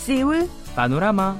سيول بانوراما.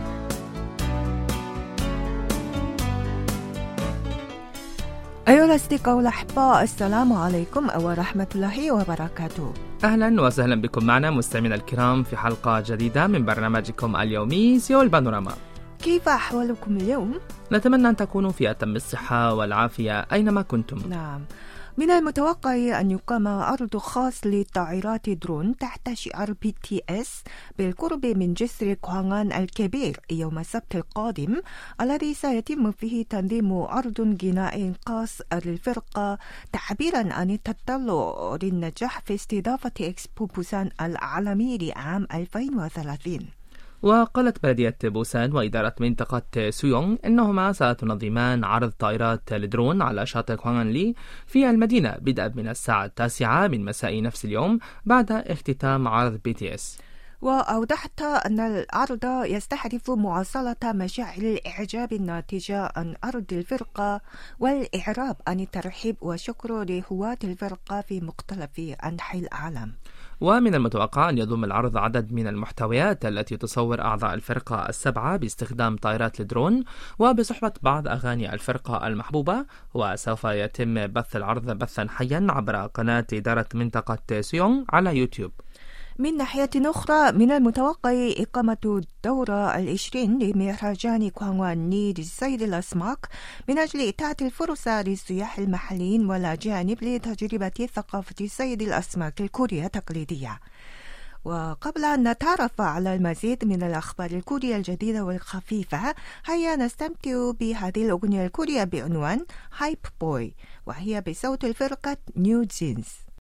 أيها الأصدقاء الأحباء، السلام عليكم ورحمة الله وبركاته. أهلا وسهلا بكم معنا مستمعينا الكرام في حلقة جديدة من برنامجكم اليومي سيول بانوراما. كيف أحوالكم اليوم؟ نتمنى أن تكونوا في أتم الصحة والعافية أينما كنتم. نعم، من المتوقع أن يقام عرض خاص لطائرات درون تحت شعار BTS بالقرب من جسر كواغان الكبير يوم السبت القادم، الذي سيتم فيه تنظيم عرض غنائي خاص للفرقة تعبيرا عن التطلع للنجاح في استضافة إكسبو بوسان العالمي لعام 2030. وقالت بلدية بوسان وإدارة منطقة سويونغ إنهما ستنظمان عرض طائرات الدرون على شاطئ كواغان في المدينة بدءا من الساعة 9 من مساء نفس اليوم بعد اختتام عرض BTS. وأوضحت أن العرض يستهدف مواصلة مشاعر الإعجاب الناتجة عن عرض الفرقة والإعراب عن الترحيب وشكر لهواة الفرقة في مختلف أنحاء العالم. ومن المتوقع أن يضم العرض عدد من المحتويات التي تصور أعضاء الفرقة السبعة باستخدام طائرات الدرون وبصحبة بعض أغاني الفرقة المحبوبة، وسوف يتم بث العرض بثا حيا عبر قناة إدارة منطقة سيونغ على يوتيوب. من ناحية أخرى، من المتوقع إقامة الدورة 20 لمهرجان كواغان لصيد الأسماك من أجل إتاحة الفرصة للسياح المحليين والأجانب لتجربة ثقافة صيد الأسماك الكورية التقليدية. وقبل أن نتعرف على المزيد من الأخبار الكورية الجديدة والخفيفة، هيا نستمتع بهذه الأغنية الكورية بعنوان هايب بوي، وهي بصوت الفرقة نيو جينز.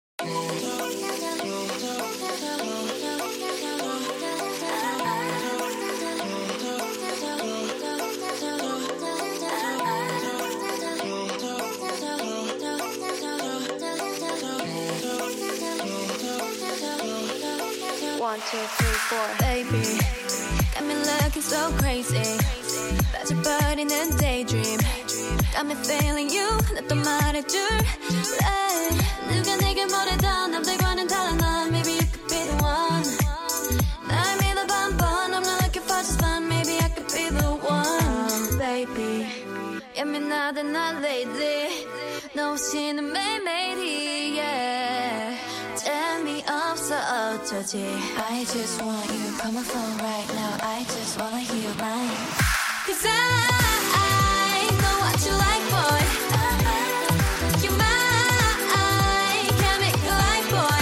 1, 2, 3, 4 Baby, got me looking so crazy 빠져버리는 daydream Got me feeling you 나 또 말해줄래 누가 내게 뭐래도 남들과는 달라 난 Maybe you could be the one 날 믿어봐 한번 I'm not looking for just fun Maybe I could be the one Baby 예민하다 나 lately 너 없이는 매일매일이 yeah 재미없어 어쩌지 I just want you call my phone right now I just wanna hear your line Cause I know what you like boy You're mine Can't make you like boy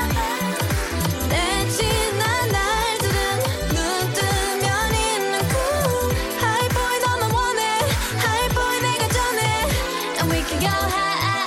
내 지난 날들은 눈 뜨면 있는 cool High boy 너만 원해 High boy 내가 전해 And we can go high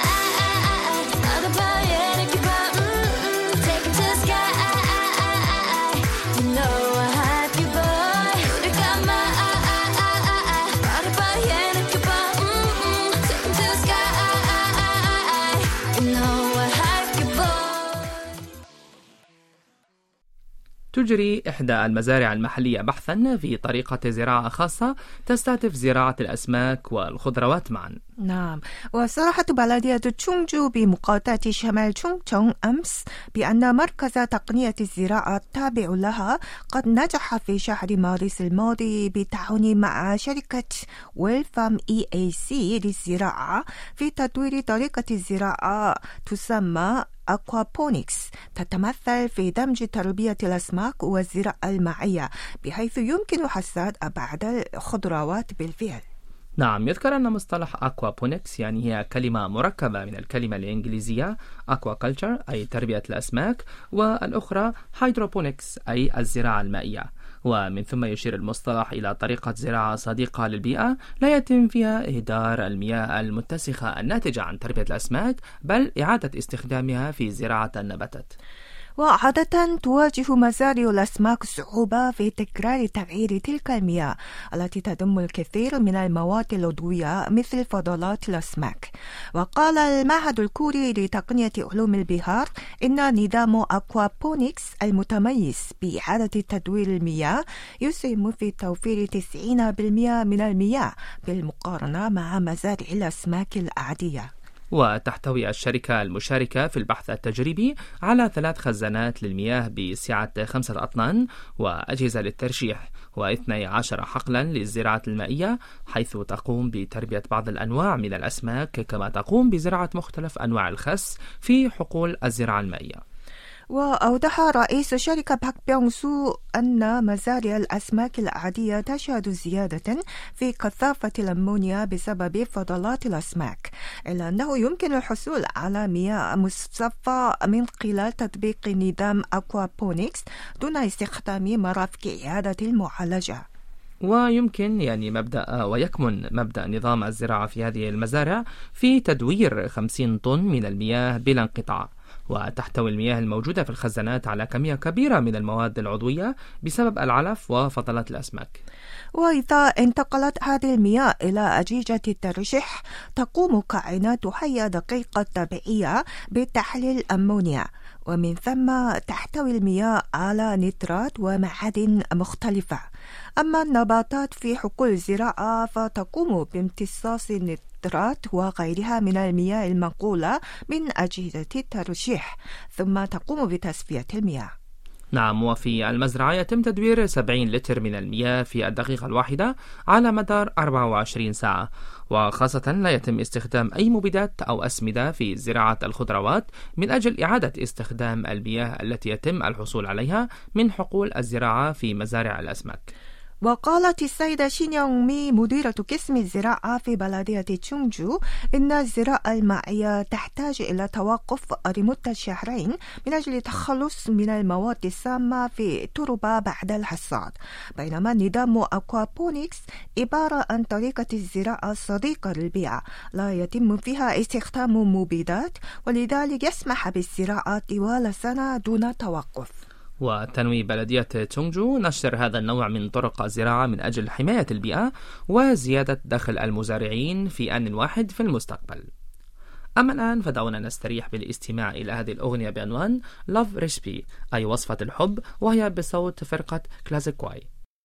تجري إحدى المزارع المحلية بحثا في طريقة زراعة خاصة تستهدف زراعة الأسماك والخضروات معا. نعم، وصرحت بلدية تشونجو بمقاطعة شمال تشونغ أمس بأن مركز تقنية الزراعة التابع لها قد نجح في شهر مارس الماضي بالتعاون مع شركة ويلفام EAC للزراعة في تطوير طريقة الزراعة تسمى أكوابونيكس تتمثل في دمج تربية الأسماك والزراعة المائية بحيث يمكن حصاد بعض الخضروات بالفعل. نعم، يذكر أن مصطلح أكوابونيكس يعني هي كلمة مركبة من الكلمة الإنجليزية أكواكلتشر أي تربية الأسماك والأخرى هيدروبونيكس أي الزراعة المائية، ومن ثم يشير المصطلح إلى طريقة زراعة صديقة للبيئة لا يتم فيها إهدار المياه المتسخة الناتجة عن تربية الأسماك بل إعادة استخدامها في زراعة النباتات. وعادة تواجه مزارع الأسماك صعوبة في تكرار تغيير تلك المياه التي تضم الكثير من المواد العضوية مثل فضلات الأسماك. وقال المعهد الكوري لتقنية علوم البحار إن نظام أكوابونيكس المتميز بإعادة تدوير المياه يسهم في توفير 90% من المياه بالمقارنة مع مزارع الأسماك العادية. وتحتوي الشركة المشاركة في البحث التجريبي على 3 خزانات للمياه بسعة 5 أطنان وأجهزة للترشيح و12 حقلا للزراعة المائية، حيث تقوم بتربية بعض الأنواع من الأسماك كما تقوم بزراعة مختلف أنواع الخس في حقول الزراعة المائية. وأوضح رئيس شركة باك بيونغ سو أن مزارع الأسماك العادية تشهد زيادة في كثافة الأمونيا بسبب فضلات الأسماك، إلا أنه يمكن الحصول على مياه مصفى من خلال تطبيق نظام أكوابونيكس دون استخدام مرافق إعادة المعالجة. ويمكن ويكمن مبدأ نظام الزراعة في هذه المزارع في تدوير 50 طن من المياه بلا انقطاع، وتحتوي المياه الموجودة في الخزانات على كمية كبيرة من المواد العضوية بسبب العلف وفضلات الأسماك. وإذا انتقلت هذه المياه إلى أجهزة الترشيح تقوم كائنات حية دقيقة طبيعية بتحليل الأمونيا، ومن ثم تحتوي المياه على نترات ومعادن مختلفة. أما النباتات في حقول الزراعة فتقوم بامتصاص النترات وغيرها من المياه المنقولة من أجهزة الترشيح، ثم تقوم بتصفية المياه. نعم، وفي المزرعة يتم تدوير 70 لتر من المياه في الدقيقة الواحدة على مدار 24 ساعة، وخاصة لا يتم استخدام أي مبيدات أو أسمدة في زراعة الخضروات من أجل إعادة استخدام المياه التي يتم الحصول عليها من حقول الزراعة في مزارع الأسماك. وقالت السيدة شين يونغ مي مديرة قسم الزراعة في بلدية تشونجو إن الزراعة المائية تحتاج إلى توقف لمدة 2 شهر من أجل التخلص من المواد السامة في التربة بعد الحصاد، بينما نظام أكوابونيكس عبارة عن طريقة الزراعة الصديقة للبيئة لا يتم فيها استخدام مبيدات، ولذلك يسمح بالزراعة طوال السنة دون توقف. وتنوي بلدية تشونجو نشر هذا النوع من طرق الزراعة من أجل حماية البيئة وزيادة دخل المزارعين في آن واحد في المستقبل. أما الآن فدعونا نستريح بالاستماع إلى هذه الأغنية بعنوان Love Recipe، أي وصفة الحب، وهي بصوت فرقة كلاسيك واي.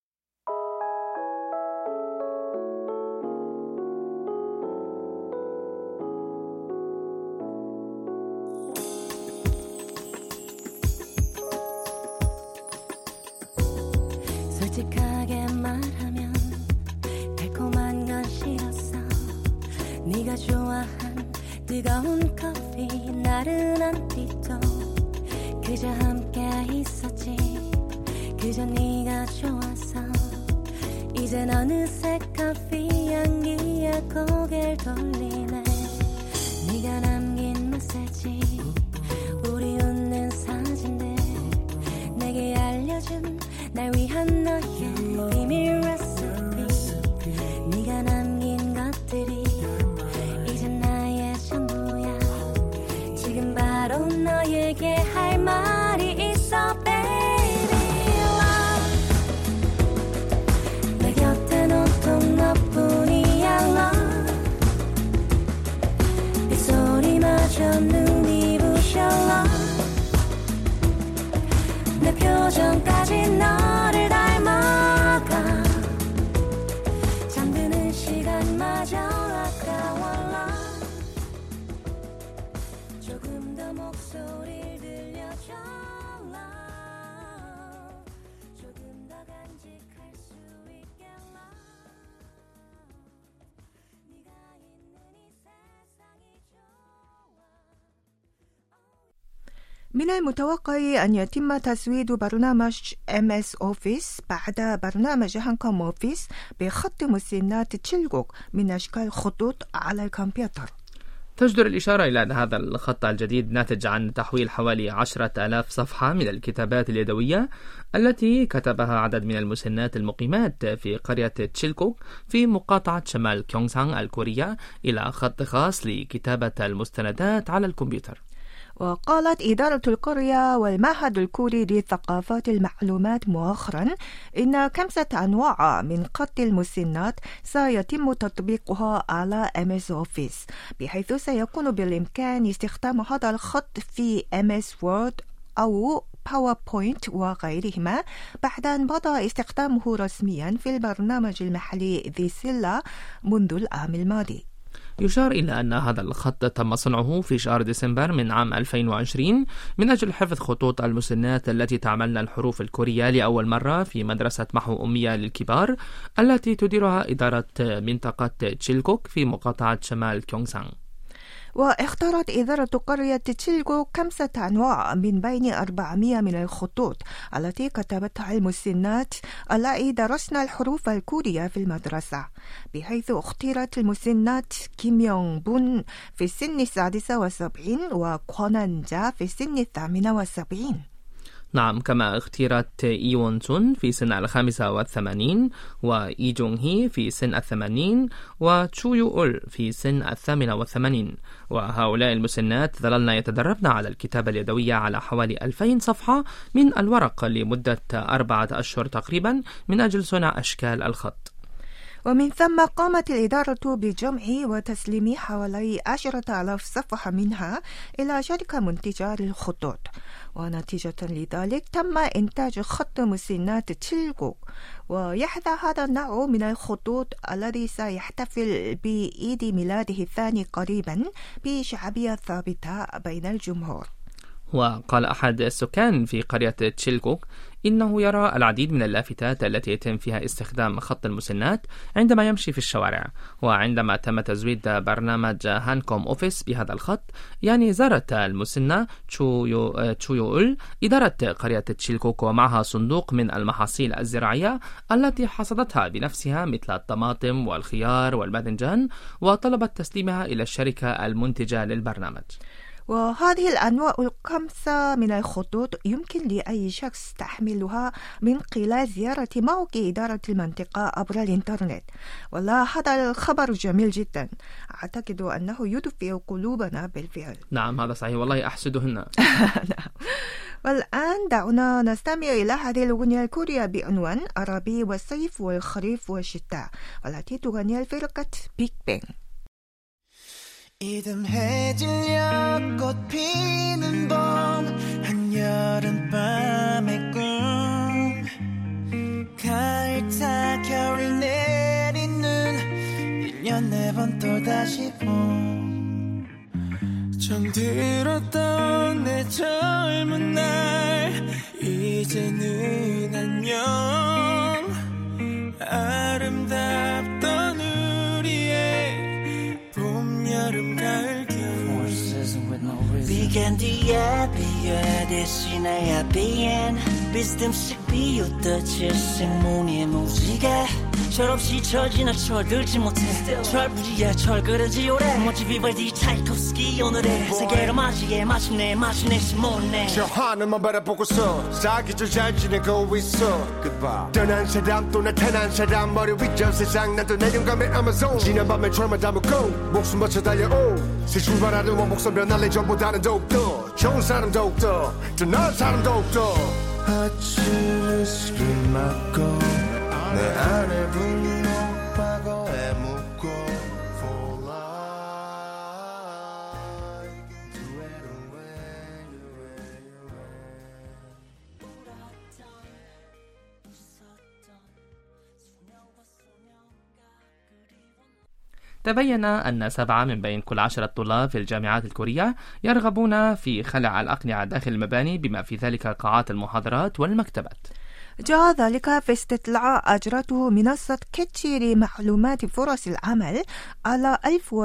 솔직하게 말하면 달콤한 건 싫었어. 네가 좋아한 뜨거운 커피 나른한 빛도 그저 함께 있었지. 그저 네가 좋아서 이젠 어느새 커피 향기에 고개를 돌리네. 네가 남긴 메시지 우리 웃는 사진들 내게 알려준 날 위한 너의 비밀 레시피 네가 남긴 것들이 이제 나의 전부야. 지금 바로 너에게 할 말이 있어 baby love. 내 곁엔 온통 너뿐이야 love. 빗소리마저 눈이 부셔 love. 내 표정까지 너를 닮아가. 잠드는 시간마저 아까워 love. 조금 더 목소리를 들려줘 love. 조금 더 간직할 수 있게 love. 네가 있는 이 세상이 좋아. من المتوقع أن يتم تزويد برنامج MS Office بعد برنامج هانكوم أوفيس بخط مسنات تشيلغوك من أشكال خطوط على الكمبيوتر. تجدر الإشارة إلى أن هذا الخط الجديد ناتج عن تحويل حوالي 10,000 صفحة من الكتابات اليدوية التي كتبها عدد من المسنات المقيمات في قرية تشيلغوك في مقاطعة شمال كيونغسان الكورية إلى خط خاص لكتابة المستندات على الكمبيوتر. وقالت إدارة القرية والمعهد الكوري لثقافات المعلومات مؤخرا إن 5 أنواع من خط المسنات سيتم تطبيقها على MS Office، بحيث سيكون بالإمكان استخدام هذا الخط في MS Word أو باوربوينت وغيرهما بعد أن بدأ استخدامه رسميا في البرنامج المحلي ذي سيلا منذ العام الماضي. يشار إلى أن هذا الخط تم صنعه في شهر ديسمبر من عام 2020 من أجل حفظ خطوط المسنات التي تعملن الحروف الكورية لأول مرة في مدرسة محو أمية للكبار التي تديرها إدارة منطقة تشيلكوك في مقاطعة شمال كيونسان. واختارت إدارة قرية تشيلكوك 5 أنواع من بين 400 من الخطوط التي كتبتها المسنات اللائي درسن الحروف الكورية في المدرسة، بحيث اختيرت المسنات كيم يونغ بون في سن 76 وكونانجا في سن 78. نعم، كما اختيرت إيون سون في سن 85 وإي جونغ هي في سن 80 وتشو يو أول في سن 88. وهؤلاء المسنات ظللن يتدربن على الكتابة اليدوية على حوالي 2000 صفحة من الورق لمدة 4 أشهر تقريبا من أجل صنع أشكال الخط. ومن ثم قامت الإدارة بجمع وتسليم حوالي 10,000 صفحة منها إلى شركة منتجة للخطوط، ونتيجة لذلك تم إنتاج خط مسنات تشيلكوك. ويحظى هذا النوع من الخطوط الذي سيحتفل بعيد ميلاده الثاني قريبا بشعبية ثابتة بين الجمهور. وقال أحد السكان في قرية تشيلكوك إنه يرى العديد من اللافتات التي يتم فيها استخدام خط المسنات عندما يمشي في الشوارع. وعندما تم تزويد برنامج هانكوم أوفيس بهذا الخط، يعني زارت المسنة تشو يو إدارة قرية تشيلكوك ومعها صندوق من المحاصيل الزراعية التي حصدتها بنفسها مثل الطماطم والخيار والباذنجان، وطلبت تسليمها إلى الشركة المنتجة للبرنامج. وهذه الأنواع 5 من الخطوط يمكن لأي شخص تحملها من خلال زيارة موقع إدارة المنطقة عبر الإنترنت. والله هذا الخبر جميل جدا، أعتقد أنه يدفئ قلوبنا بالفعل. نعم، هذا صحيح، والله أحسدهن. نعم. والآن دعونا نستمع إلى هذه الأغنية الكورية بعنوان عربي والصيف والخريف والشتاء، والتي تغني الفرقة بيج بang. 이듬해질 여꽃 피는 봄 한여름밤의 꿈 가을타 겨울 내리는 1년 4번 또다시 봄 정들었던 내 젊은 날 이제는 안녕 아름답던 우리의 여름 가을 겨울 비간 뒤에 비에 대신에 비엔 비스듬씩 비웃듯이 생문의 무지개 철없이 철지나 철들지 못해 철부지에 철그러지 오래 멋지 비발디 차이콥스키 오늘의 세계로 맞이해 마침내 시몬네 저 하늘만 바라보고서 사기절 잘 지내고 있어 Goodbye 떠난 사람 또 나타난 사람 머리 위저 세상 나도 내 영감의 아마존 지난 밤에 철만 담고 목숨 바쳐 달려오 새 출발하는 원목선 변할래 전보다는 더욱더 좋은 사람 더욱더 더 나은 사람 더욱더 아침을 스킬 맞고 내 안에 분노 과거에 묻고 For life تبين أن 7 من بين كل 10 طلاب في الجامعات الكورية يرغبون في خلع الأقنعة داخل المباني، بما في ذلك قاعات المحاضرات والمكتبات. جاء ذلك في استطلاع أجرته منصة كيتشي لمعلومات فرص العمل على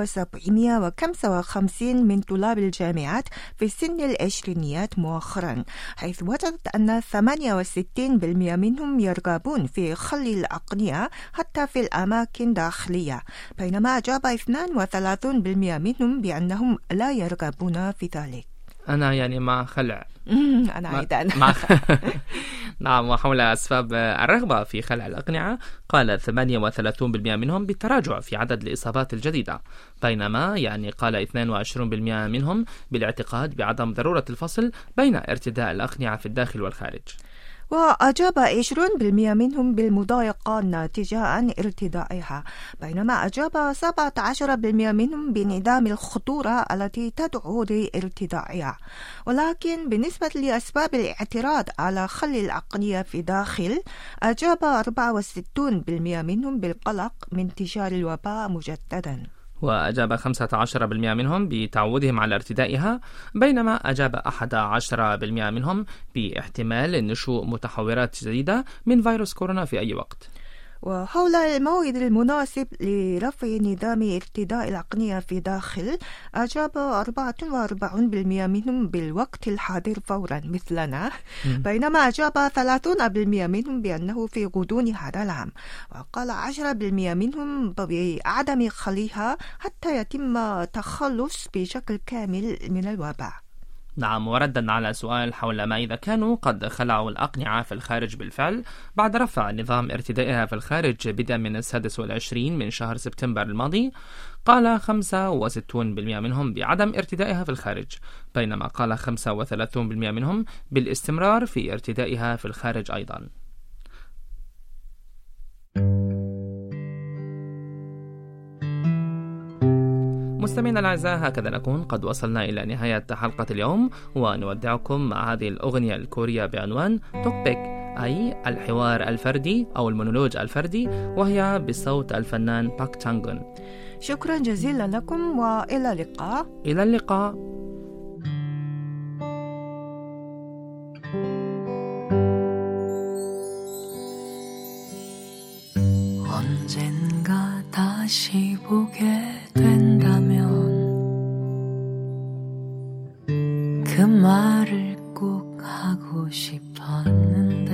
1755 من طلاب الجامعات في سن العشرينيات مؤخرا، حيث وجدت أن 68% منهم يرغبون في خلع الأقنعة حتى في الأماكن الداخلية، بينما أجاب 32% منهم بأنهم لا يرغبون في ذلك. أنا يعني مع خلع. أنا أيضا. نعم. وحول أسباب الرغبة في خلع الأقنعة قال 38% منهم بالتراجع في عدد الإصابات الجديدة، بينما يعني قال 22% منهم بالاعتقاد بعدم ضرورة الفصل بين ارتداء الأقنعة في الداخل والخارج. وأجاب 20% منهم بالمضايقة الناتجة عن ارتدائها، بينما أجاب 17% منهم بانعدام الخطورة التي تدعو لارتدائها. ولكن بالنسبة لأسباب الاعتراض على خلع الأقنعة في داخل، أجاب 64% منهم بالقلق من انتشار الوباء مجددا. وأجاب 15% منهم بتعودهم على ارتدائها، بينما أجاب 11% منهم باحتمال نشوء متحورات جديدة من فيروس كورونا في أي وقت. وحول الموعد المناسب لرفع نظام ارتداء الأقنية في داخل، أجاب 44% منهم بالوقت الحاضر فورا مثلنا، بينما أجاب 30% منهم بأنه في غضون هذا العام، وقال 10% منهم بعدم خليها حتى يتم التخلص بشكل كامل من الوباء. نعم، وردا على سؤال حول ما إذا كانوا قد خلعوا الأقنعة في الخارج بالفعل بعد رفع نظام ارتدائها في الخارج بدءا من 26 من شهر سبتمبر الماضي، قال 65% منهم بعدم ارتدائها في الخارج، بينما قال 35% منهم بالاستمرار في ارتدائها في الخارج أيضا. مستمعينا الأعزاء، هكذا نكون قد وصلنا إلى نهاية حلقة اليوم، ونودعكم مع هذه الأغنية الكورية بعنوان توكبيك، أي الحوار الفردي أو المونولوج الفردي، وهي بصوت الفنان باك تشانغون. شكرا جزيلا لكم وإلى اللقاء. إلى اللقاء. 언젠가 다시 보게 된다면 그 말을 꼭 하고 싶었는데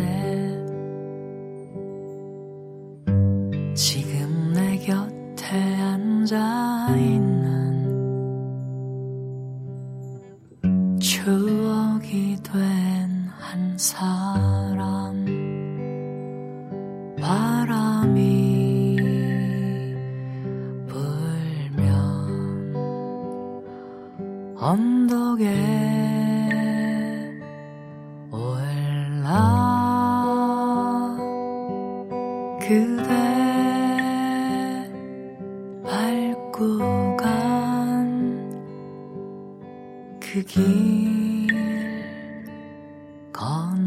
지금 내 곁에 앉아있는 추억이 된 한 사람, 바람이 불면 언덕에 올라 그대 밟고 간 그 길 건